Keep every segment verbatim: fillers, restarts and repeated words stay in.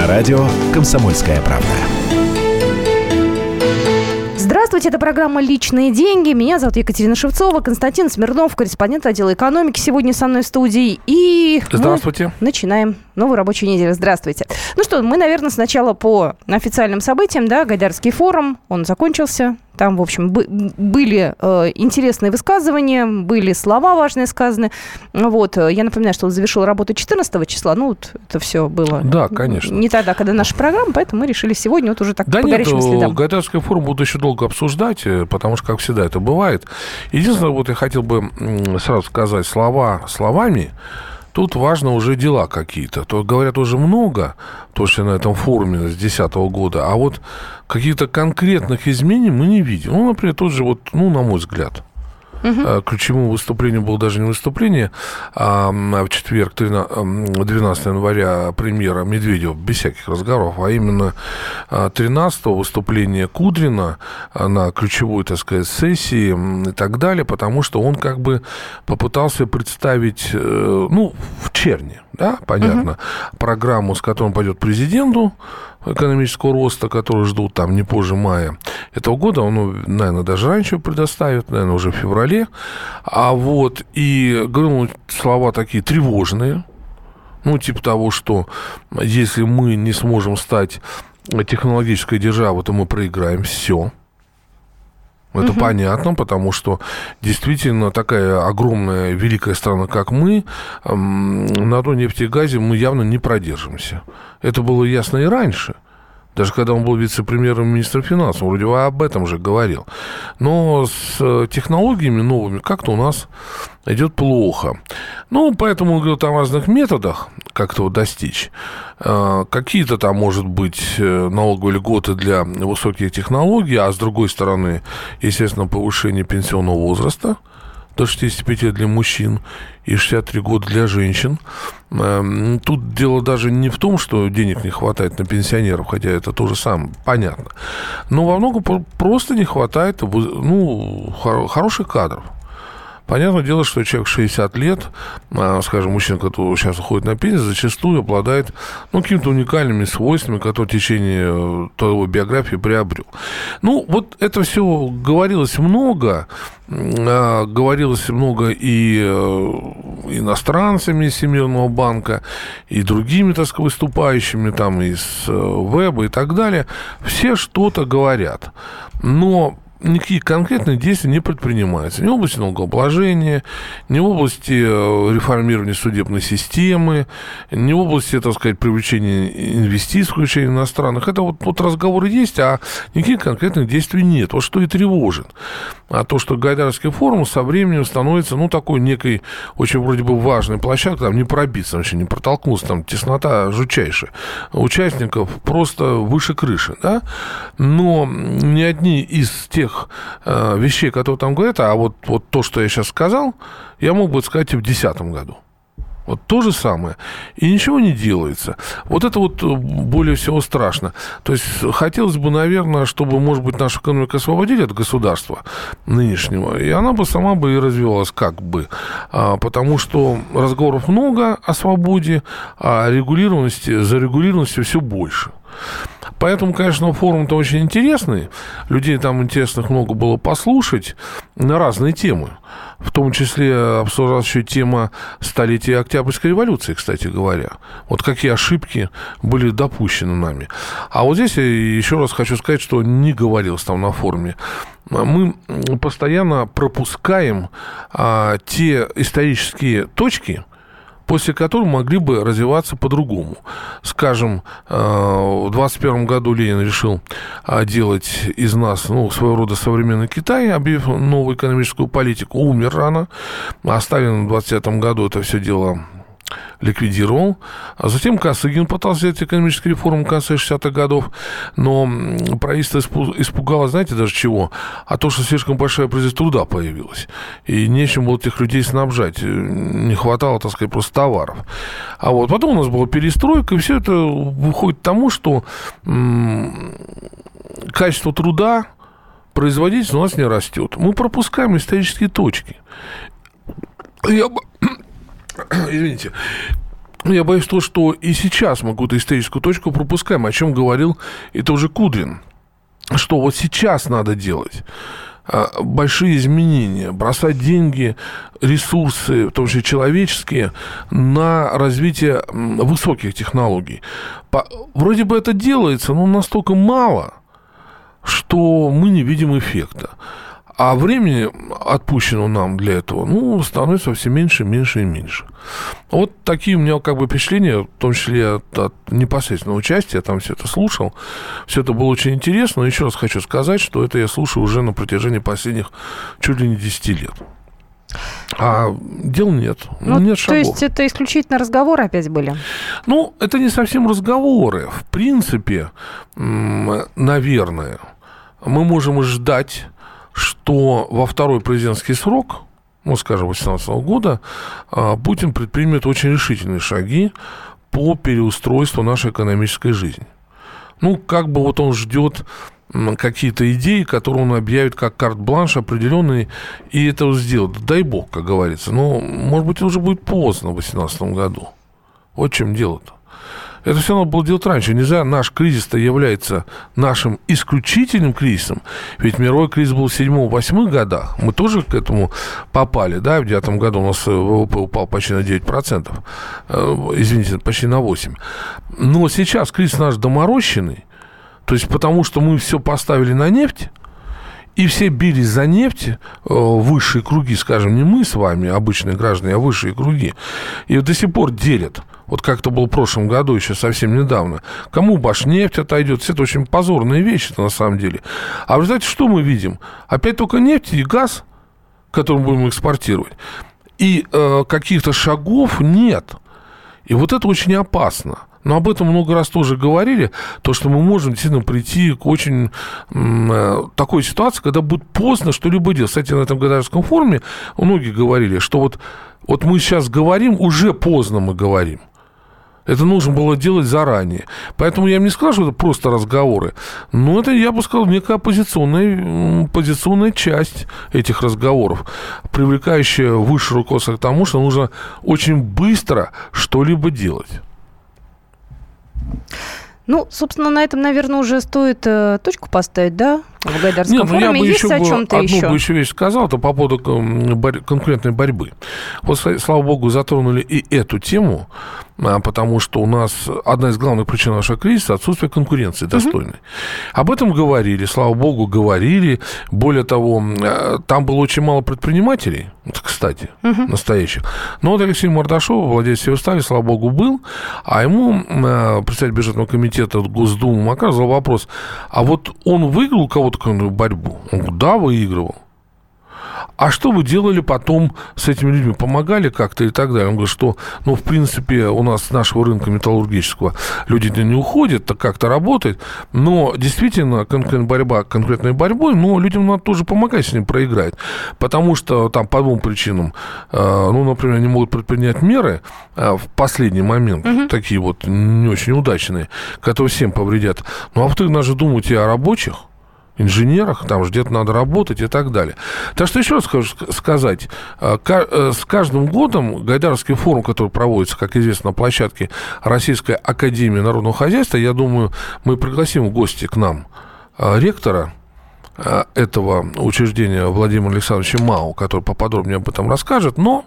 На радио «Комсомольская правда». Здравствуйте, это программа «Личные деньги». Меня зовут Екатерина Шевцова, Константин Смирнов, корреспондент отдела экономики, сегодня со мной в студии. И Здравствуйте. Мы начинаем новую рабочую неделю. Здравствуйте. Ну что, мы, наверное, сначала по официальным событиям, да, Гайдарский форум, он закончился. Там, в общем, бы- были э, интересные высказывания, были слова важные сказаны. Вот. Я напоминаю, что он завершил работу четырнадцатого числа. Ну, вот это все было. Да, конечно. Не тогда, когда наша программа, поэтому мы решили сегодня вот уже так да по нет, горячим следам. Гайдарский форум будут еще долго обсуждать, потому что, как всегда, это бывает. Единственное, вот я хотел бы сразу сказать, слова словами, тут важно уже дела какие-то. То говорят уже много, то, что на этом форуме с две тысячи десятого года, а вот каких-то конкретных изменений мы не видим. Ну, например, тот же, вот, ну, на мой взгляд, Uh-huh. ключевым выступлением было даже не выступление, а в четверг, двенадцатого января, премьера Медведева, без всяких разговоров, а именно тринадцатого выступление Кудрина на ключевой, так сказать, сессии и так далее, потому что он как бы попытался представить, ну, в черне, да, понятно, Uh-huh. программу, с которой он пойдет президенту, экономического роста, который ждут там не позже мая этого года, он, наверное, даже раньше предоставит, наверное, уже в феврале. А вот, и говорил слова такие тревожные, ну, типа того, что если мы не сможем стать технологической державой, то мы проиграем все. Это угу. понятно, потому что действительно такая огромная, великая страна, как мы, на одной нефти и газе мы явно не продержимся. Это было ясно и раньше. Даже когда он был вице-премьером, министром финансов, он вроде об этом же говорил. Но с технологиями новыми как-то у нас идет плохо. Ну, поэтому он говорит о разных методах, как этого достичь. Какие-то там, может быть, налоговые льготы для высоких технологий, а с другой стороны, естественно, повышение пенсионного возраста до шестидесяти пяти для мужчин и шестьдесят три года для женщин. Тут дело даже не в том, что денег не хватает на пенсионеров, хотя это тоже самое, понятно. Но во многом просто не хватает, ну, хороших кадров. Понятное дело, что человек шестьдесят лет, скажем, мужчина, который сейчас уходит на пенсию, зачастую обладает, ну, какими-то уникальными свойствами, которые в течение твоей биографии приобрел. Ну, вот это все говорилось много, говорилось много и иностранцами из Всемирного банка, и другими, так сказать, выступающими там из веба и так далее. Все что-то говорят. Но никакие конкретные действия не предпринимаются. Ни в области налогообложения, ни в области реформирования судебной системы, ни в области, так сказать, привлечения инвестиций, включения иностранных. Это вот, вот разговоры есть, а никаких конкретных действий нет. Вот что и тревожит. А то, что Гайдарский форум со временем становится, ну, такой некой очень вроде бы важной площадкой, там не пробиться, вообще не протолкнуться, там теснота жутчайшая. Участников просто выше крыши, да? Но ни одни из тех вещей, которые там говорят, а вот, вот то, что я сейчас сказал, я мог бы сказать и в две тысячи десятом году. Вот то же самое. И ничего не делается. Вот это вот более всего страшно. То есть хотелось бы, наверное, чтобы, может быть, нашу экономику освободили от государства нынешнего, и она бы сама бы и развивалась как бы. А, потому что разговоров много о свободе, а регулированности, зарегулированности все больше. Поэтому, конечно, форум-то очень интересный. Людей там интересных много было послушать на разные темы. В том числе обсуждалась еще тема столетия Октябрьской революции, кстати говоря. Вот какие ошибки были допущены нами. А вот здесь я еще раз хочу сказать, что не говорилось там на форуме. Мы постоянно пропускаем а, те исторические точки, после которых могли бы развиваться по-другому. Скажем, в двадцать первом году Ленин решил делать из нас, ну, своего рода современный Китай, объявив новую экономическую политику, умер рано, а Сталин в двадцать девятом году это все дело ликвидировал. А затем Косыгин пытался сделать экономическую реформу в конце шестидесятых годов, но правительство испугалось, знаете, даже чего? А то, что слишком большая производство труда появилась, и нечем было этих людей снабжать, не хватало, так сказать, просто товаров. А вот потом у нас была перестройка, и все это выходит к тому, что м- качество труда, производительность у нас не растет. Мы пропускаем исторические точки. Я... Извините. Я боюсь того, что и сейчас мы какую-то историческую точку пропускаем, о чем говорил и тоже Кудрин, что вот сейчас надо делать большие изменения, бросать деньги, ресурсы, в том числе человеческие, на развитие высоких технологий. Вроде бы это делается, но настолько мало, что мы не видим эффекта. А времени, отпущенного нам для этого, ну, становится все меньше, меньше и меньше. Вот такие у меня как бы впечатления, в том числе от, от непосредственного участия, я там все это слушал. Все это было очень интересно, но еще раз хочу сказать, что это я слушаю уже на протяжении последних чуть ли не десяти лет. А дел нет, ну, нет то шагов. есть это исключительно разговоры опять были? Ну, это не совсем разговоры. В принципе, наверное, мы можем ждать, что во второй президентский срок, ну, скажем, две тысячи восемнадцатого года, Путин предпримет очень решительные шаги по переустройству нашей экономической жизни. Ну, как бы вот он ждет какие-то идеи, которые он объявит как карт-бланш определенный, и это сделает. Дай бог, как говорится. Но, может быть, уже будет поздно в две тысячи восемнадцатом году. Вот в чем дело-то. Это все надо было делать раньше. Нельзя, наш кризис-то является нашим исключительным кризисом. Ведь мировой кризис был в седьмом-восьмых годах. Мы тоже к этому попали, да, в девятом году у нас ВВП упал почти на девять процентов. Извините, почти на восемь процентов. Но сейчас кризис наш доморощенный. То есть потому, что мы все поставили на нефть, и все бились за нефть, высшие круги, скажем, не мы с вами, обычные граждане, а высшие круги. И до сих пор делят. Вот как это было в прошлом году, еще совсем недавно. Кому Башнефть отойдет? Все это очень позорные вещи на самом деле. А в результате что мы видим? Опять только нефть и газ, который мы будем экспортировать. И э, каких-то шагов нет. И вот это очень опасно. Но об этом много раз тоже говорили, то, что мы можем действительно прийти к очень э, такой ситуации, когда будет поздно что-либо делать. Кстати, на этом Гайдаровском форуме многие говорили, что вот, вот мы сейчас говорим, уже поздно мы говорим. Это нужно было делать заранее. Поэтому я не скажу, что это просто разговоры. Но это, я бы сказал, некая оппозиционная, оппозиционная часть этих разговоров, привлекающая высшее руководство к тому, что нужно очень быстро что-либо делать. Ну, собственно, на этом, наверное, уже стоит э, точку поставить, да? В Гайдарском Нет, ну, форуме я бы есть еще о чем-то одну еще? бы еще вещь сказал, это по поводу конкурентной борьбы. Вот, слава богу, затронули и эту тему, потому что у нас одна из главных причин нашего кризиса – отсутствие конкуренции достойной. Uh-huh. Об этом говорили, слава богу, говорили. Более того, там было очень мало предпринимателей, кстати, uh-huh. настоящих. Но вот Алексей Мордашов, владелец Северстали, слава богу, был, а ему председатель бюджетного комитета Госдумы Макаров задал вопрос, а вот он выиграл кого-то какую-то борьбу? Он говорит, да, выигрывал. А что вы делали потом с этими людьми? Помогали как-то и так далее? Он говорит, что, ну, в принципе, у нас с нашего рынка металлургического люди не уходят, так как-то работает. Но действительно, конкурентная борьба конкретной борьбой, но людям надо тоже помогать, если они проиграют. Потому что там по двум причинам. Ну, например, они могут предпринять меры в последний момент, угу. такие вот не очень удачные, которые всем повредят. Ну, а во-вторых, надо же думать и о рабочих, инженерах, там же где-то надо работать и так далее. Так что еще раз хочу сказать, с каждым годом Гайдаровский форум, который проводится, как известно, на площадке Российской академии народного хозяйства, я думаю, мы пригласим в гости к нам ректора этого учреждения Владимира Александровича Мау, который поподробнее об этом расскажет, но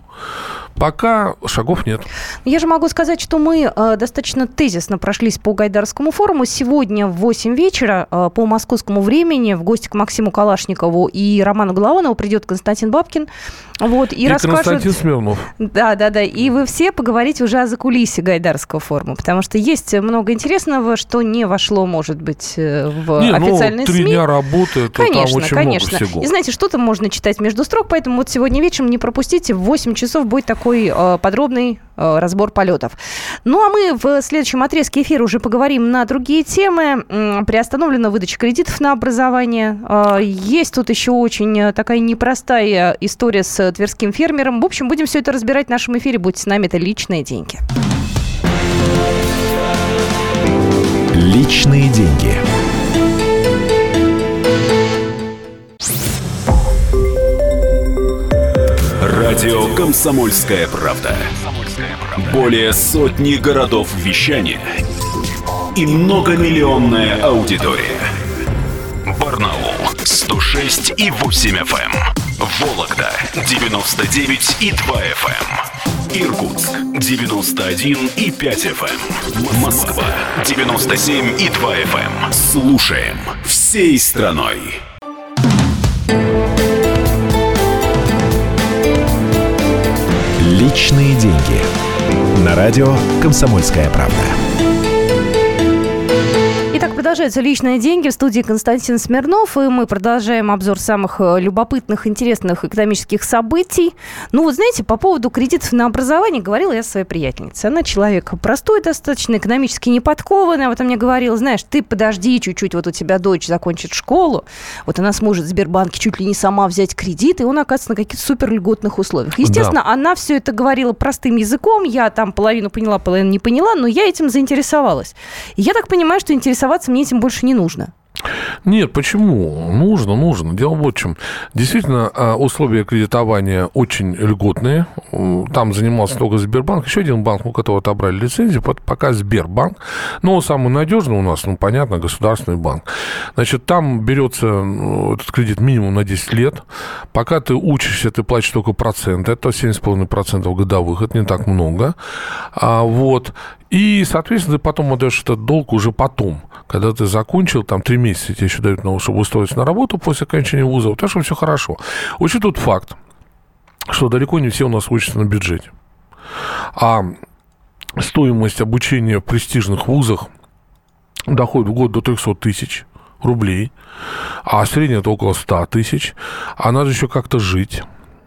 пока шагов нет. Я же могу сказать, что мы э, достаточно тезисно прошлись по Гайдарскому форуму. Сегодня в восемь вечера э, по московскому времени в гости к Максиму Калашникову и Роману Голованову придет Константин Бабкин. Вот, и, и расскажет... Константин Смирнов. Да, да, да. И вы все поговорите уже о закулисье Гайдарского форума, потому что есть много интересного, что не вошло, может быть, в не, официальные ну, три СМИ. Три дня работы, то конечно, там очень конечно. много всего. И знаете, что-то можно читать между строк, поэтому вот сегодня вечером не пропустите, в восемь часов будет такой э, подробный э, разбор полетов. Ну, а мы в следующем отрезке эфира уже поговорим на другие темы. Приостановлена выдача кредитов на образование. Э, есть тут еще очень такая непростая история с тверским фермером. В общем, будем все это разбирать в нашем эфире. Будьте с нами, это «Личные деньги». Личные деньги. Радио «Комсомольская правда». Более сотни городов вещания и многомиллионная аудитория. Барнаул сто шесть и восемь эф эм, Вологда девяносто девять и два эф эм, Иркутск девяносто один и пять эф эм, Москва девяносто семь и два эф эм. Слушаем всей страной. Личные деньги. На радио «Комсомольская правда». Итак, продолжаются личные деньги. В студии Константин Смирнов. И мы продолжаем обзор самых любопытных, интересных экономических событий. Ну, вот знаете, по поводу кредитов на образование говорила я своей приятельнице. Она человек простой достаточно, экономически неподкованный. Вот она мне говорила, знаешь, ты подожди чуть-чуть, вот у тебя дочь закончит школу, вот она сможет в Сбербанке чуть ли не сама взять кредит, и он оказывается на каких-то супер льготных условиях. Естественно, да. Она все это говорила простым языком. Я там половину поняла, половину не поняла, но я этим заинтересовалась. И я так понимаю, что интересоваться мне этим больше не нужно. Нет, почему? Нужно, нужно. Дело вот в чем. Действительно, условия кредитования очень льготные. Там занимался только Сбербанк. Еще один банк, у которого отобрали лицензию, пока Сбербанк. Но самый надежный у нас, ну, понятно, государственный банк. Значит, там берется этот кредит минимум на десять лет. Пока ты учишься, ты платишь только проценты. Это семь целых пять десятых процента годовых. Это не так много. А, вот. И, соответственно, ты потом отдаешь этот долг уже потом. Когда ты закончил, там, три месяца тебе еще дают, чтобы устроиться на работу после окончания вуза. Так что все хорошо. Учит тот факт, что далеко не все у нас учатся на бюджете. А стоимость обучения в престижных вузах доходит в год до триста тысяч рублей, а средняя это около сто тысяч. А надо еще как-то жить.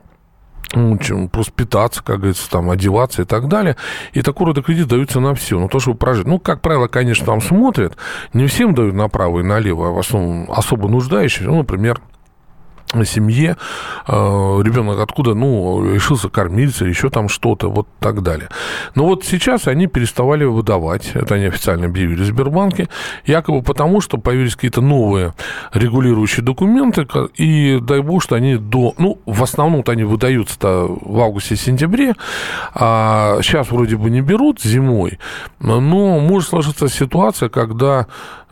Ну, просто питаться, как говорится, там, одеваться и так далее. И такого рода кредит даются на все. Ну, то, чтобы прожить. Ну, как правило, конечно, там смотрят. Не всем дают направо и налево, а в основном особо нуждающимся. Ну, например, семье, ребенок откуда, ну, решился кормиться, еще там что-то, вот так далее. Но вот сейчас они переставали выдавать, это они официально объявили в Сбербанке, якобы потому, что появились какие-то новые регулирующие документы, и дай бог, что они до, ну, в основном-то они выдаются-то в августе-сентябре, а сейчас вроде бы не берут зимой, но может сложиться ситуация, когда,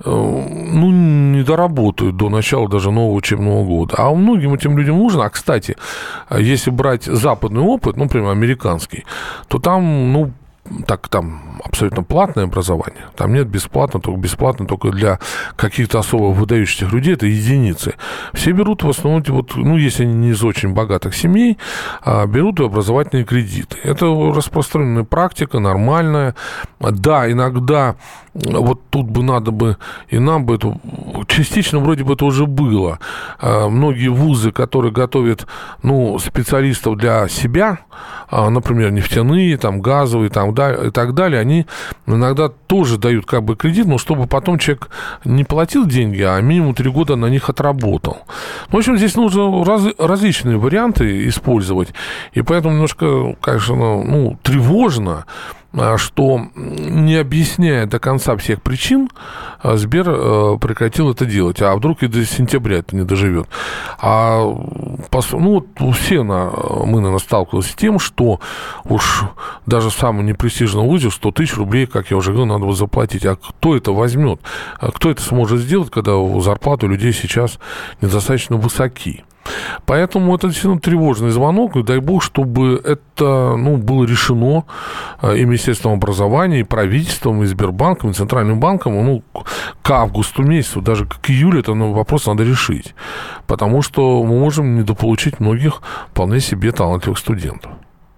ну, не доработают до начала даже нового учебного года. А многим этим людям нужно. А, кстати, если брать западный опыт, ну, например, американский, то там, ну, так там абсолютно платное образование. Там нет бесплатно, только бесплатно только для каких-то особо выдающихся людей, это единицы. Все берут в основном, вот, ну, если они не из очень богатых семей, а берут и образовательные кредиты. Это распространенная практика, нормальная. Да, иногда вот тут бы надо бы, и нам бы это, частично вроде бы это уже было. Многие вузы, которые готовят, ну, специалистов для себя, например, нефтяные, там, газовые, там, да, и так далее, они иногда тоже дают как бы кредит, но чтобы потом человек не платил деньги, а минимум три года на них отработал. В общем, здесь нужно раз, различные варианты использовать, и поэтому немножко, конечно, ну, тревожно, что, не объясняя до конца всех причин, Сбер прекратил это делать. А вдруг и до сентября это не доживет. А, ну, вот все на, мы, наверное, сталкивались с тем, что уж даже в самом непрестижном вузе сто тысяч рублей, как я уже говорил, надо заплатить. А кто это возьмет? Кто это сможет сделать, когда зарплаты у людей сейчас недостаточно высоки? Поэтому это действительно тревожный звонок, и дай бог, чтобы это, ну, было решено и Министерством образования, и правительством, и Сбербанком, и Центральным банком, ну, к августу месяцу, даже к июлю, этот вопрос надо решить, потому что мы можем недополучить многих вполне себе талантливых студентов.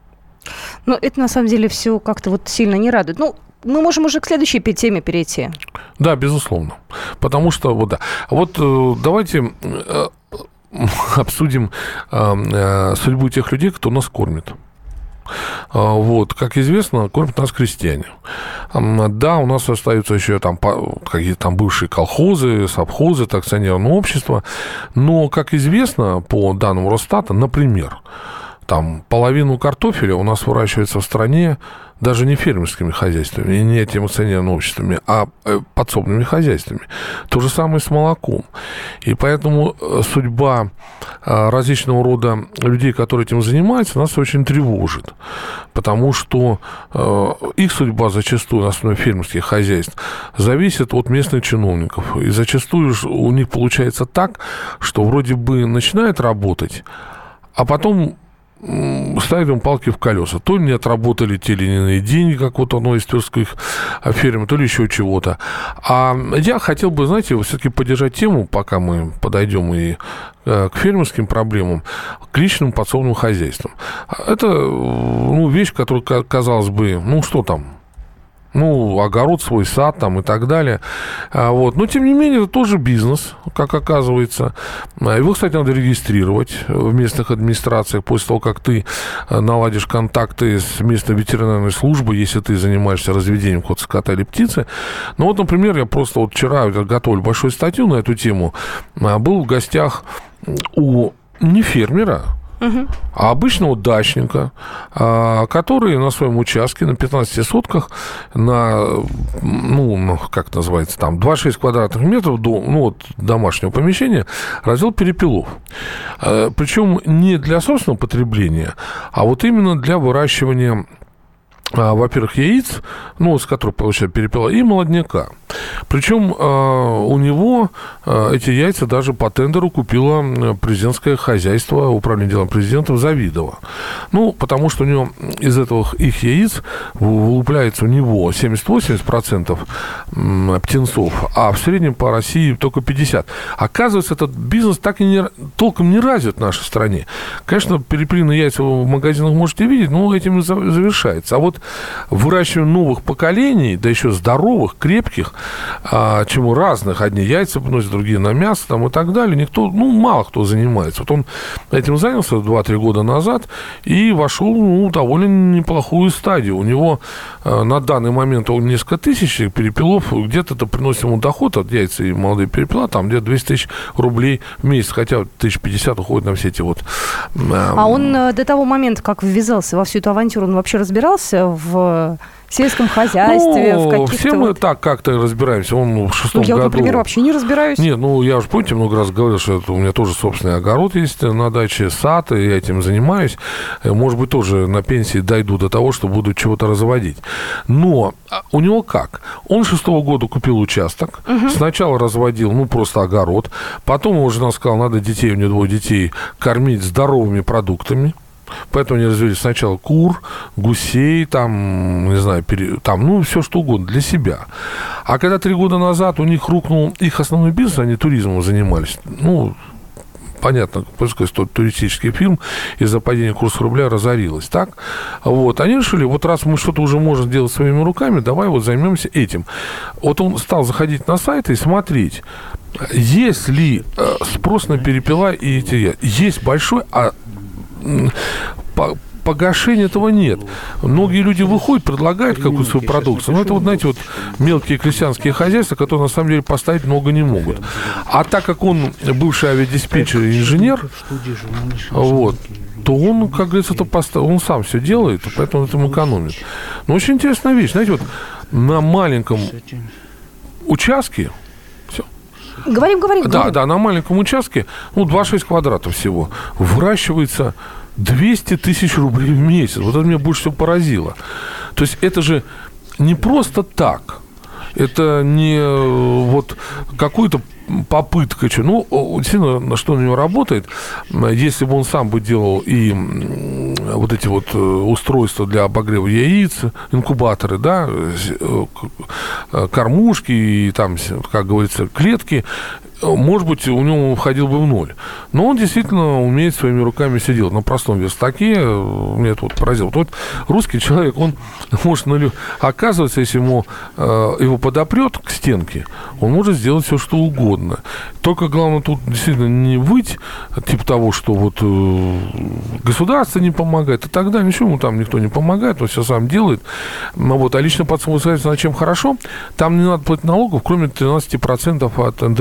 Но это, на самом деле, все как-то вот сильно не радует. Ну, мы можем уже к следующей теме перейти. Да, безусловно, потому что, вот, да. Вот давайте обсудим э, судьбу тех людей, кто нас кормит. Вот, как известно, кормят нас крестьяне. Да, у нас остаются еще там какие-то там бывшие колхозы, совхозы, акционерное общество. Но, как известно, по данным Росстата, например, там половину картофеля у нас выращивается в стране даже не фермерскими хозяйствами, и не этими акционерными обществами, а подсобными хозяйствами. То же самое с молоком. И поэтому судьба различного рода людей, которые этим занимаются, нас очень тревожит. Потому что их судьба зачастую, на основе фермерских хозяйств, зависит от местных чиновников. И зачастую у них получается так, что вроде бы начинает работать, а потом ставят им палки в колеса. То не отработали те или иные деньги, как вот одно из тверских ферм, то ли еще чего-то. А я хотел бы, знаете, все-таки поддержать тему, пока мы подойдем и к фермерским проблемам, к личным подсобным хозяйствам. Это, ну, вещь, которая, казалось бы, ну, что там, ну, огород, свой сад там и так далее. Вот. Но, тем не менее, это тоже бизнес, как оказывается. Его, кстати, надо регистрировать в местных администрациях после того, как ты наладишь контакты с местной ветеринарной службой, если ты занимаешься разведением какого-то скота или птицы. Ну, вот, например, я просто вот вчера готовил большую статью на эту тему. Был в гостях у не фермера, Uh-huh. а обычного дачника, который на своем участке на пятнадцати сотках на, ну, как называется, там, двадцать шесть квадратных метров до, ну, вот, домашнего помещения развел перепелов. Причем не для собственного потребления, а вот именно для выращивания, во-первых, яиц, ну, с которых получают перепела, и молодняка. Причем э, у него э, эти яйца даже по тендеру купило президентское хозяйство, управление делом президента Завидово. Ну, потому что у него из этого их яиц вылупляется у него семьдесят-восемьдесят процентов птенцов, а в среднем по России только пятьдесят процентов. Оказывается, этот бизнес так и не, толком не развит в нашей стране. Конечно, перепелиные яйца в магазинах можете видеть, но этим и завершается. А вот выращивание новых поколений, да еще здоровых, крепких, а, чему разных, одни яйца приносят, другие на мясо там, и так далее, никто, ну, мало кто занимается. Вот он этим занялся два-три года назад и вошел, ну, в довольно неплохую стадию. У него а, на данный момент он несколько тысяч перепелов, где-то это приносит ему доход от яйца и молодые перепела, там где-то двести тысяч рублей в месяц, хотя тысяча пятьдесят уходит на все эти вот... А, а он до того момента, как ввязался во всю эту авантюру, он вообще разбирался в сельском хозяйстве, ну, в каких-то... все мы вот... так как-то разбираемся. Он в шестом ну, я, году... например, вообще не разбираюсь. Нет, ну, я уже, помните, много раз говорил, что это у меня тоже собственный огород есть на даче, сад, и я этим занимаюсь. Может быть, тоже на пенсии дойду до того, что буду чего-то разводить. Но у него как? Он шестого года купил участок, угу. Сначала разводил, ну, просто огород, потом его жена сказала, надо детей, у него двое детей, кормить здоровыми продуктами. Поэтому они развели сначала кур, гусей, там, не знаю, пере, там, ну, все что угодно для себя. А когда три года назад у них рухнул их основной бизнес, они туризмом занимались, ну, понятно, пускай туристический фирм из-за падения курса рубля разорилась, так? Вот, они решили, вот раз мы что-то уже можем сделать своими руками, давай вот займемся этим. Вот он стал заходить на сайты и смотреть, есть ли спрос на перепела и эти, есть большой, а погашения этого нет. Многие люди выходят, предлагают какую-то свою продукцию. Но это, вот, знаете, вот мелкие крестьянские хозяйства, которые, на самом деле, поставить много не могут. А так как он бывший авиадиспетчер и инженер, вот, то он, как говорится, это постав... он сам все делает, поэтому это экономит. Но очень интересная вещь. Знаете, вот на маленьком участке Говорим, говорим. Да, говорим. да, на маленьком участке, ну, двадцать шесть квадратов всего, выращивается двести тысяч рублей в месяц. Вот это меня больше всего поразило. То есть это же не просто так. Это не вот какой-то попытка. Ну, действительно, на что на него работает, если бы он сам бы делал и вот эти вот устройства для обогрева яиц, инкубаторы, да, кормушки и там, как говорится, клетки, может быть, у него входил бы в ноль. Но он действительно умеет своими руками все делать. На простом верстаке меня это вот поразило. Вот русский человек, он может... Оказывается, если ему, его подопрет к стенке, он может сделать все, что угодно. Только главное тут действительно не выть, типа того, что вот государство не помогает и так далее. Ничего ему там никто не помогает, он все сам делает. Вот. А лично подсобное хозяйство, на чем хорошо, там не надо платить налогов, кроме тринадцати процентов от эн дэ эф эр. Ну, от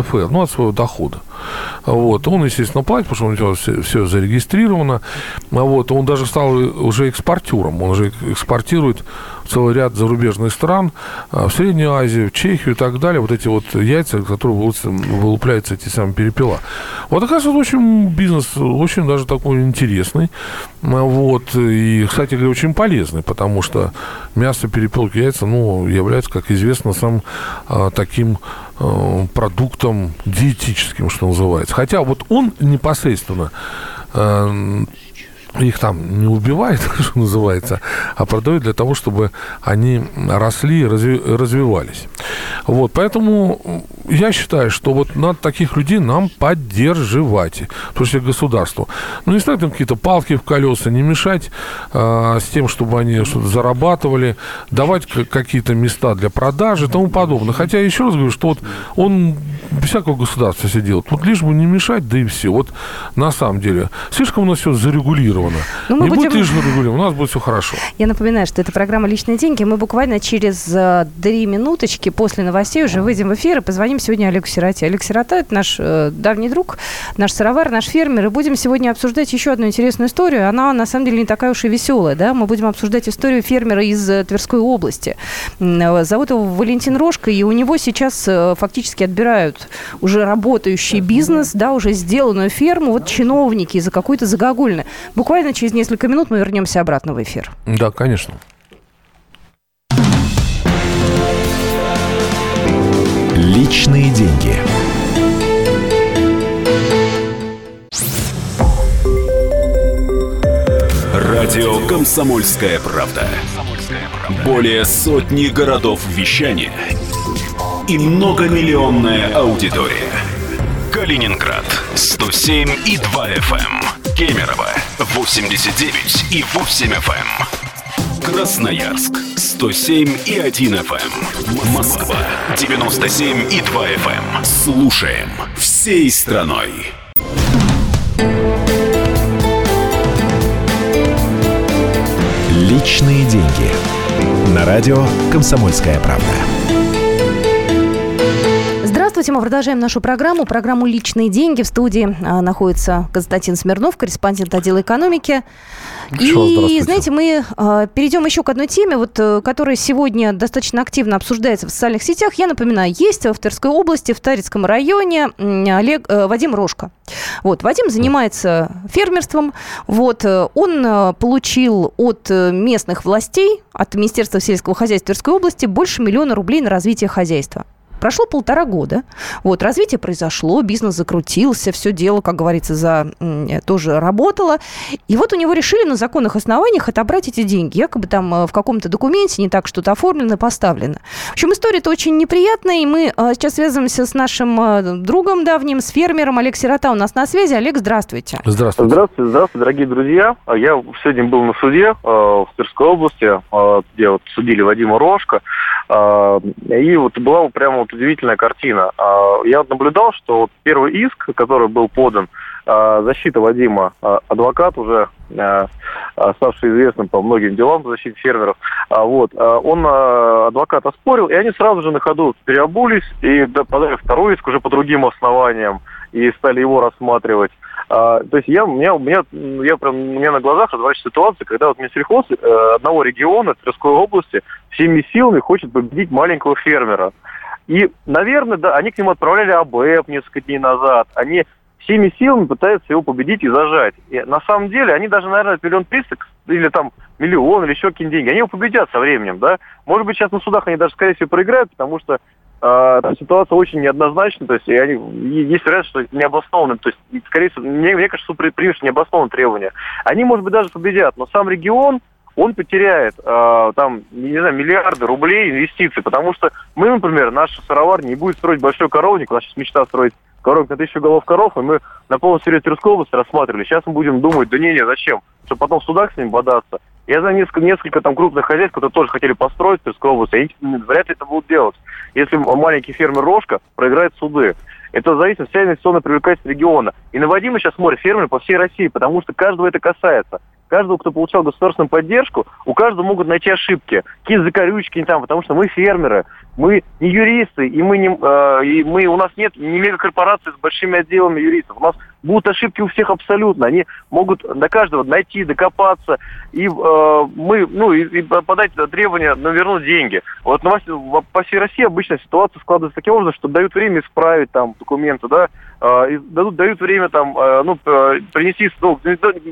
от своего дохода. Вот. Он, естественно, платит, потому что у него все, все зарегистрировано. Вот. Он даже стал уже экспортером. Он уже экспортирует в целый ряд зарубежных стран, в Среднюю Азию, в Чехию и так далее. Вот эти вот яйца, которые вылупляются, эти самые перепела. Вот, оказывается, очень бизнес, очень даже такой интересный. Вот. И, кстати говоря, очень полезный, потому что мясо, перепелки, яйца, ну, является, как известно, самым а, таким а, продуктом диетическим, что называется. Хотя вот он непосредственно а, их там не убивает, что называется, а продает для того, чтобы они росли и разви- развивались. Вот, поэтому я считаю, что вот надо таких людей нам поддерживать, потому что государству. Ну, не ставить им какие-то палки в колеса, не мешать а, с тем, чтобы они что-то зарабатывали, давать к- какие-то места для продажи и тому подобное. Хотя, еще раз говорю, что вот он без всякого государства все делает. Вот лишь бы не мешать, да и все. Вот на самом деле, слишком у нас все зарегулировано. Ну, не будем... будет лишь зарегулировано, у нас будет все хорошо. Я напоминаю, что это программа «Личные деньги». Мы буквально через три минуточки после новостей уже выйдем в эфир и позвоним сегодня Олегу Сироте. Олег Сирота – это наш э, давний друг, наш сыровар, наш фермер. И будем сегодня обсуждать еще одну интересную историю. Она, на самом деле, не такая уж и веселая. Да? Мы будем обсуждать историю фермера из Тверской области. Зовут его Валентин Рожко, и у него сейчас э, фактически отбирают уже работающий бизнес, да, уже сделанную ферму. Вот чиновники из-за какой-то загогульны. Буквально через несколько минут мы вернемся обратно в эфир. Да, конечно. Личные деньги. Радио «Комсомольская правда». Более сотни городов вещания и многомиллионная аудитория. Калининград сто семь и два эф эм, Кемерово восемьдесят девять и восемь эф эм, Красноярск сто семь и один эф эм, Москва девяносто семь и два эф эм. Слушаем всей страной. Личные деньги. На радио «Комсомольская правда». Здравствуйте, мы продолжаем нашу программу, программу «Личные деньги». В студии а, находится Константин Смирнов, корреспондент отдела экономики. И, знаете, мы а, перейдем еще к одной теме, вот, которая сегодня достаточно активно обсуждается в социальных сетях. Я напоминаю, есть в Тверской области, в Тарицком районе Олег, э, Вадим Рожко. Вот, Вадим занимается фермерством. Вот, он получил от местных властей, от Министерства сельского хозяйства Тверской области больше миллиона рублей на развитие хозяйства. Прошло полтора года, вот, развитие произошло, бизнес закрутился, все дело, как говорится, за, тоже работало. И вот у него решили на законных основаниях отобрать эти деньги. Якобы там в каком-то документе не так что-то оформлено, поставлено. В общем, история-то очень неприятная, и мы сейчас связываемся с нашим другом давним, с фермером. Олег Сирота у нас на связи. Олег, здравствуйте. Здравствуйте. Здравствуйте, здравствуйте, дорогие друзья. Я сегодня был на суде в Тверской области, где вот судили Вадима Рожко. И вот была прямо вот удивительная картина. Я вот наблюдал, что вот первый иск, который был подан, защита Вадима, адвокат уже, ставший известным по многим делам по защите фермеров, вот, он адвокат оспорил, и они сразу же на ходу переобулись и подали второй иск уже по другим основаниям и стали его рассматривать. А, то есть я, у меня, у меня, я прям, у меня на глазах разворачивается ситуация, когда вот Минсельхоз э, одного региона, Тверской области, всеми силами хочет победить маленького фермера. И, наверное, да, они к нему отправляли АБЭП несколько дней назад, они всеми силами пытаются его победить и зажать. И на самом деле они даже, наверное, миллион триста или там миллион или еще какие-нибудь деньги, они его победят со временем, да. Может быть, сейчас на судах они даже, скорее всего, проиграют, потому что Uh, ситуация очень неоднозначна, то есть и они, есть вероятность, что это необоснованно, то есть, скорее всего, мне, мне кажется, что примешь необоснованные требования. Они, может быть, даже победят, но сам регион, он потеряет uh, там, не знаю, миллиарды рублей инвестиций, потому что мы, например, наша сыроварня не будет строить большой коровник, у нас сейчас мечта строить коровник на тысячу голов коров, и мы на полном серьезе Тверской области рассматривали. Сейчас мы будем думать, да не-не, зачем? Чтобы потом в судах с ними бодаться. Я знаю несколько, несколько там крупных хозяйств, которые тоже хотели построить в Тверской области, они вряд ли это будут делать, если маленький фермер Рожко проиграет суды. Это зависит от вся инвестиционная привлекательность региона. И на Вадима сейчас смотрят фермеры по всей России, потому что каждого это касается. каждого, кто получал государственную поддержку, у каждого могут найти ошибки, какие-то закорючки там, потому что мы фермеры, мы не юристы, и мы не, э, и мы, у нас нет не мегакорпораций с большими отделами юристов. У нас будут ошибки у всех абсолютно. Они могут до каждого найти, докопаться, и э, мы, ну, и, и подать требования, но вернуть деньги. Вот на вас, по всей России обычно ситуация складывается таким образом, что дают время исправить там документы, да, э, и дадут, дают время там, э, ну, принести, ну,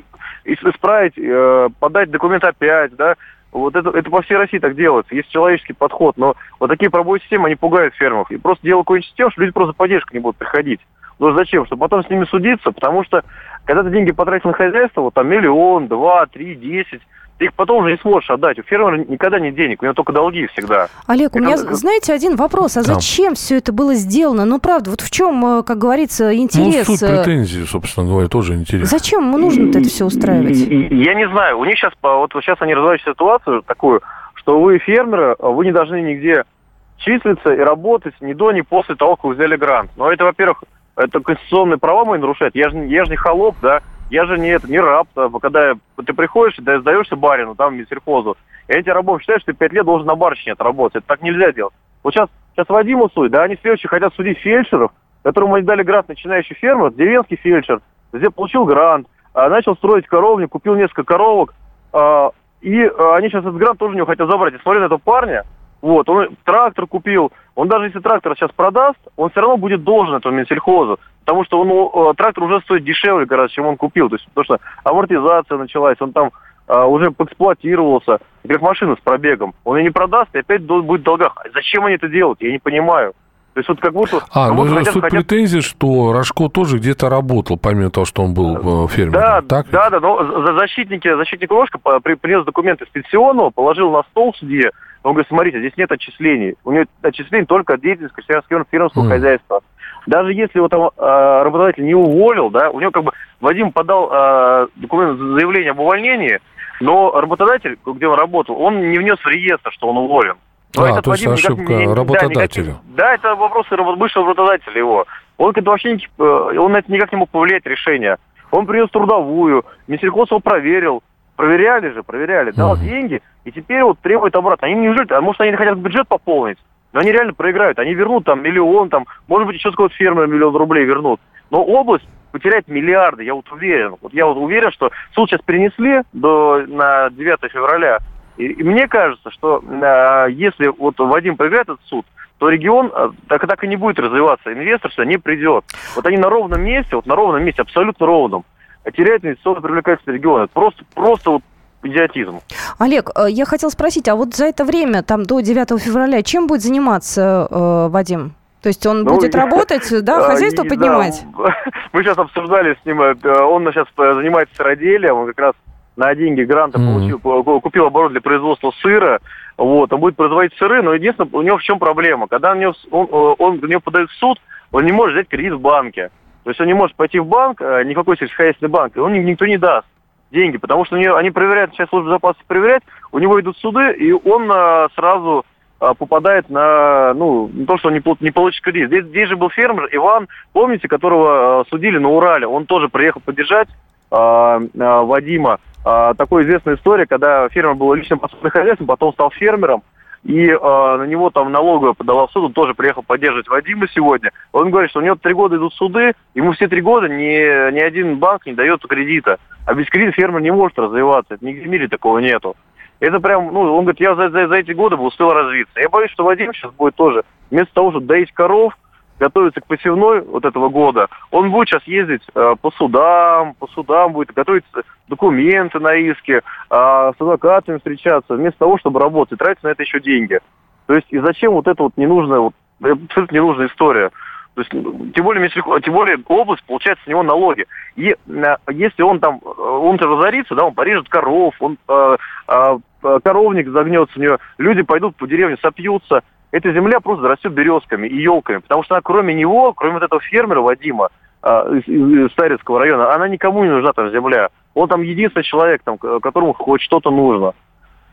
исправить, э, подать документ опять, да. Вот это, это по всей России так делается. Есть человеческий подход, но вот такие пробои системы, они пугают фермеров. И просто дело кончится тем, что люди просто поддержку не будут приходить. Ну зачем? Чтобы потом с ними судиться, потому что когда ты деньги потратил на хозяйство, вот там миллион, два, три, десять, ты их потом уже не сможешь отдать. У фермера никогда нет денег, у него только долги всегда. Олег, у и меня, как... знаете, один вопрос. А да. зачем все это было сделано? Ну, правда, вот в чем, как говорится, интерес? Ну, суть претензий, собственно говоря, тоже интересно. Зачем ему нужно это все устраивать? Я не знаю. У них сейчас, вот сейчас они развивают ситуацию такую, что вы фермеры, вы не должны нигде числиться и работать ни до, ни после того, как вы взяли грант. Но это, во-первых, это конституционные права мои нарушают. Я же, я же не холоп, да. Я же не, это, не раб, да, когда ты приходишь и сдаешься барину, там, Минсельхозу, и эти рабов считают, что ты пять лет должен на барщине отработать. Это так нельзя делать. Вот сейчас, сейчас Вадиму судят, да, они следующие хотят судить фельдшеров, которому они дали грант начинающий фермер, деревенский фельдшер, где получил грант, а, начал строить коровник, купил несколько коровок, а, и а, они сейчас этот грант тоже у него хотят забрать. И смотри на этого парня, вот, он трактор купил, он даже если трактор сейчас продаст, он все равно будет должен этому Минсельхозу, потому что он, трактор уже стоит дешевле гораздо, чем он купил, то есть потому что амортизация началась, он там а, уже поэксплуатировался, как машина с пробегом, он ее не продаст и опять будет в долгах. Зачем они это делают, я не понимаю. То есть вот как будто... А, ну хотят, суть хотят... претензий, что Рожко тоже где-то работал, помимо того, что он был фермером. Да, так да, да, но защитники, защитник Рожко принес документы с пенсионного, положил на стол судье. Он говорит, смотрите, здесь нет отчислений. У него отчислений только от деятельности крестьянского фермерского mm. хозяйства. Даже если его там э, работодатель не уволил, да, у него как бы Вадим подал э, документ, заявление об увольнении, но работодатель, где он работал, он не внес в реестр, что он уволен. Но а, этот то есть Вадим ошибка никак, работодателя. Да, никак, да, это вопросы бывшего работодателя его. Он это вообще не, он на это никак не мог повлиять решение. Он принес трудовую, Минсельхоз его проверил. Проверяли же, проверяли, дал uh-huh. деньги, и теперь вот требуют обратно. Они неужели, а может они хотят бюджет пополнить, но они реально проиграют. Они вернут там миллион, там, может быть, еще с какого-то фермера миллион рублей вернут. Но область потеряет миллиарды, я вот уверен. Вот я вот уверен, что суд сейчас перенесли до, на девятого февраля. И, и мне кажется, что э, если вот Вадим проиграет этот суд, то регион э, так, так и не будет развиваться. Инвестор сюда не придет. Вот они на ровном месте, вот на ровном месте, абсолютно ровном, теряет инвестиционную привлекательность региона. Это просто, просто вот идиотизм. Олег, я хотел спросить, а вот за это время, там, до девятого февраля, чем будет заниматься э, Вадим? То есть он ну, будет я, работать, да, хозяйство и, поднимать? Да. Мы сейчас обсуждали с ним, он сейчас занимается сыроделием, он как раз на деньги гранта mm-hmm. получил, купил оборудование для производства сыра, вот, он будет производить сыры, но единственное, у него в чем проблема? Когда он, он, он, он подает в суд, он не может взять кредит в банке. То есть он не может пойти в банк, никакой сельскохозяйственный банк, и он никто не даст деньги, потому что у него, они проверяют, сейчас служба безопасности проверяет, у него идут суды, и он а, сразу а, попадает на, ну, то, что он не, не получит кредит. Здесь, здесь же был фермер Иван, помните, которого а, судили на Урале, он тоже приехал поддержать а, а, Вадима. А, такая известная история, когда фермер был личным подсобным хозяйством, потом стал фермером, и э, на него там налоговая подала в суд, он тоже приехал поддерживать Вадима сегодня. Он говорит, что у него три года идут суды, ему все три года ни, ни один банк не дает кредита. А без кредита фермер не может развиваться, это нигде в мире такого нету. Это прям, ну, он говорит, я за, за, за эти годы бы успел развиться. Я боюсь, что Вадим сейчас будет тоже, вместо того, чтобы доить коров, готовиться к посевной вот этого года, он будет сейчас ездить э, по судам, по судам будет готовить документы на иски, э, с адвокатами встречаться, вместо того, чтобы работать, тратить на это еще деньги. То есть, и зачем вот это вот ненужная, вот, абсолютно ненужная история? То есть, тем более, тем более область получает с него налоги. И э, если он там, он-то разорится, да, он порежет коров, он э, э, коровник загнется у него, люди пойдут по деревне, сопьются. Эта земля просто зарастет березками и елками, потому что она, кроме него, кроме вот этого фермера Вадима э, из, из Старицкого района, она никому не нужна, там земля. Он там единственный человек, там, которому хоть что-то нужно.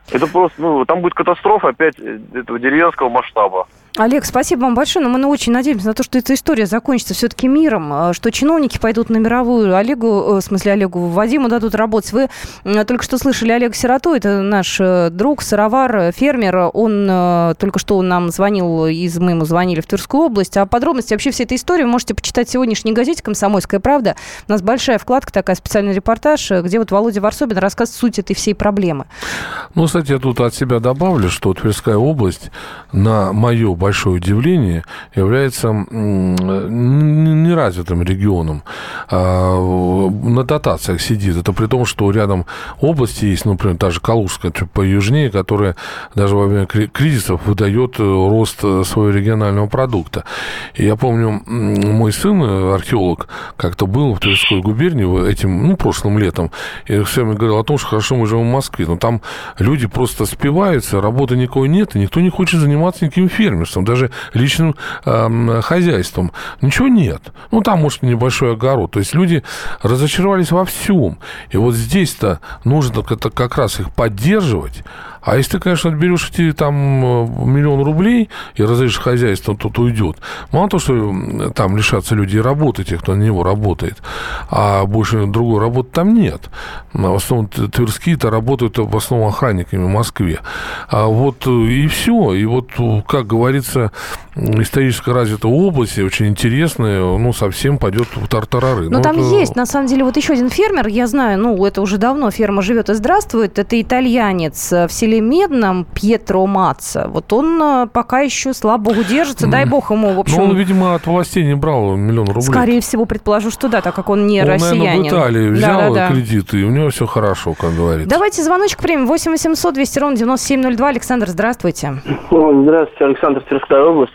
Это просто, ну, там будет катастрофа опять этого деревенского масштаба. Олег, спасибо вам большое, но мы очень надеемся на то, что эта история закончится все-таки миром, что чиновники пойдут на мировую. Олегу, в смысле Олегу, Вадиму дадут работать. Вы только что слышали Олега Сироту, это наш друг, сыровар, фермер. Он только что нам звонил, из мы ему звонили в Тверскую область. А подробности вообще всей этой истории вы можете почитать в сегодняшней газете «Комсомольская правда». У нас большая вкладка, такая, специальный репортаж, где вот Володя Варсобин рассказывает суть этой всей проблемы. Ну, кстати, я тут от себя добавлю, что Тверская область на мое большое удивление является неразвитым регионом. На дотациях сидит. Это при том, что рядом области есть, например, та же Калужская, чуть поюжнее, которая даже во время кризисов выдает рост своего регионального продукта. И я помню, мой сын, археолог, как-то был в Тверской губернии этим, ну, прошлым летом, и все время говорил о том, что хорошо, мы живем в Москве, но там люди просто спиваются, работы никакой нет, и никто не хочет заниматься никаким фермерством, даже личным э, хозяйством. Ничего нет. Ну, там, может, небольшой огород. То есть люди разочаровались во всем. И вот здесь-то нужно как раз их поддерживать. А если ты, конечно, отберешь эти там миллион рублей и разрешишь хозяйство, то уйдет. Мало того, что там лишатся людей работы, тех, кто на него работает, а больше другой работы там нет. В основном тверские-то работают в основном охранниками в Москве. А вот и все. И вот, как говорится, исторически развитая область, очень интересная, ну, совсем пойдет в тартарары. Но ну, там это... есть, на самом деле, вот еще один фермер, я знаю, ну, это уже давно ферма живет и здравствует, это итальянец в селе Медном, Пьетро Маццо. Вот он пока еще, слава богу, держится, дай бог ему, в общем... Ну, он, видимо, от властей не брал миллион рублей. Скорее всего, предположу, что да, так как он не он, россиянин. Он, наверное, в Италии взял да, да, да. кредиты, и у него все хорошо, как говорится. Давайте звоночек примем. восемь восемьсот двести ровно девяносто семь ноль два. Александр, здравствуйте. Здравствуйте, Александр, Тверская область.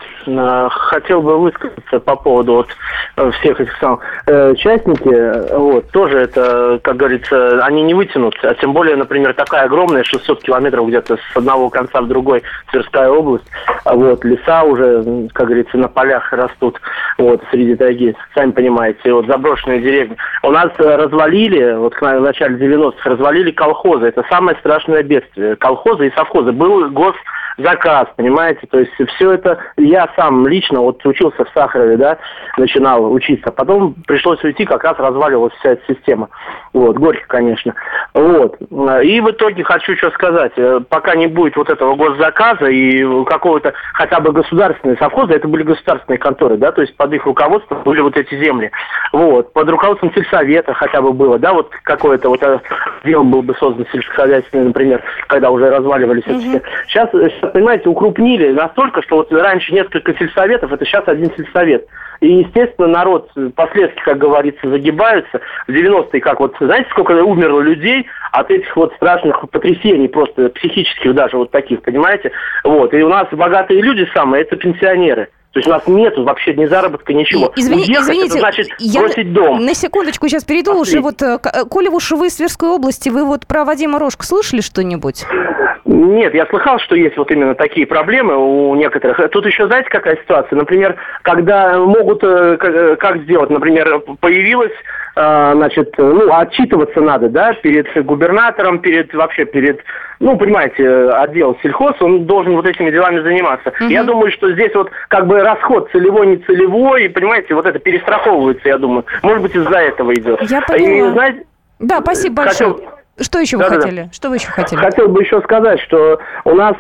Хотел бы высказаться по поводу вот всех этих самых э, участники. Вот, тоже это, как говорится, они не вытянутся. А тем более, например, такая огромная, шестьсот километров где-то с одного конца в другой Тверская область. Вот, леса уже, как говорится, на полях растут. Вот, среди тайги, сами понимаете. Вот, заброшенные деревни. У нас развалили, вот в начале девяностых, развалили колхозы. Это самое страшное бедствие. Колхозы и совхозы. Был гос... заказ, понимаете, то есть все это, я сам лично вот учился в Сахарове, да, начинал учиться, потом пришлось уйти, как раз разваливалась вся эта система, вот, горько, конечно, вот, и в итоге хочу что сказать, пока не будет вот этого госзаказа и какого-то хотя бы государственные совхозы, это были государственные конторы, да, то есть под их руководством были вот эти земли, вот, под руководством сельсовета хотя бы было, да, вот какое-то вот отдел был бы создан сельскохозяйственный, например, когда уже разваливались эти все. Сейчас понимаете, укрупнили настолько, что вот раньше несколько сельсоветов, это сейчас один сельсовет. И, естественно, народ последствия, как говорится, загибаются. В девяностые, как вот, знаете, сколько умерло людей от этих вот страшных потрясений, просто психических даже вот таких, понимаете? Вот. И у нас богатые люди самые, это пенсионеры. То есть у нас нет вообще ни заработка, ничего. Извини, Уехать, извините, это значит я бросить дом. На секундочку сейчас перейду. Уже вот, коли уж вы из Тверской области, вы вот про Вадима Рожку слышали что-нибудь? Нет, я слыхал, что есть вот именно такие проблемы у некоторых. Тут еще, знаете, какая ситуация? Например, когда могут, как, как сделать, например, появилась, значит, ну, отчитываться надо, да, перед губернатором, перед, вообще перед, ну, понимаете, отдел сельхоз, он должен вот этими делами заниматься. Uh-huh. Я думаю, что здесь вот как бы расход целевой, не целевой, и, понимаете, вот это перестраховывается, я думаю. Может быть, из-за этого идет. Я поняла. И, знаете, да, спасибо большое. Хотел... Что еще вы да, хотели? Да. Что вы еще хотели? Хотел бы еще сказать, что у нас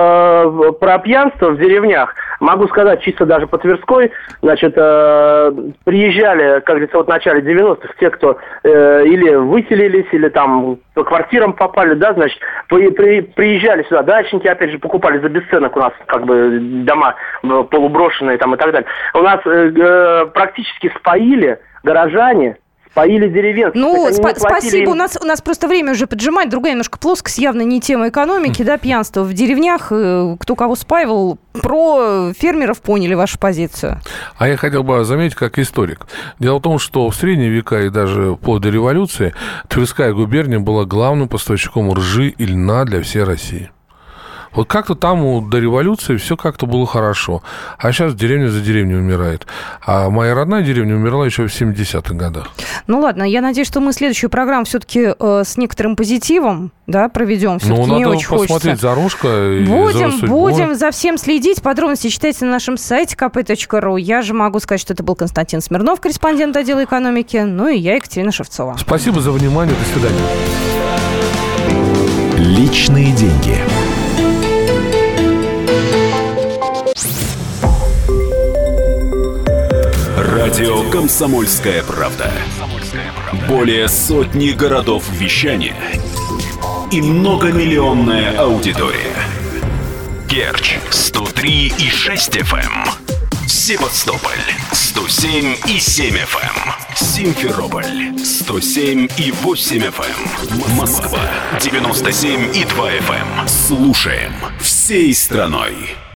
э, про пьянство в деревнях, могу сказать, чисто даже по Тверской, значит, э, приезжали, как говорится, вот в начале девяностых, те, кто э, или выселились, или там по квартирам попали, да, значит, при, при, приезжали сюда, дачники, опять же, покупали за бесценок у нас, как бы, дома полуброшенные там и так далее. У нас э, э, практически споили горожане, поили деревенских. Ну, спа- спасибо. Им... У нас, у нас просто время уже поджимает. Другая немножко плоскость, явно не тема экономики, да, пьянство в деревнях. Кто кого спаивал. Про фермеров поняли вашу позицию. А я хотел бы заметить, как историк. Дело в том, что в средние века и даже вплоть до революции Тверская губерния была главным поставщиком ржи и льна для всей России. Вот как-то там у, до революции все как-то было хорошо. А сейчас деревня за деревней умирает. А моя родная деревня умерла еще в семидесятых годах. Ну ладно, я надеюсь, что мы следующую программу все-таки э, с некоторым позитивом, да, проведем. Все-таки ну, не надо очень посмотреть хочется. за Рожко. Будем, за будем за всем следить. Подробности читайте на нашем сайте ка пэ точка ру. Я же могу сказать, что это был Константин Смирнов, корреспондент отдела экономики. Ну и я, Екатерина Шевцова. Спасибо за внимание. До свидания. Личные деньги. Радио «Комсомольская правда». Более сотни городов вещания и многомиллионная аудитория. Керчь сто три и шесть эф эм, Севастополь сто семь и семь эф эм, Симферополь сто семь и восемь эф эм, Москва девяносто семь и два эф эм. Слушаем всей страной.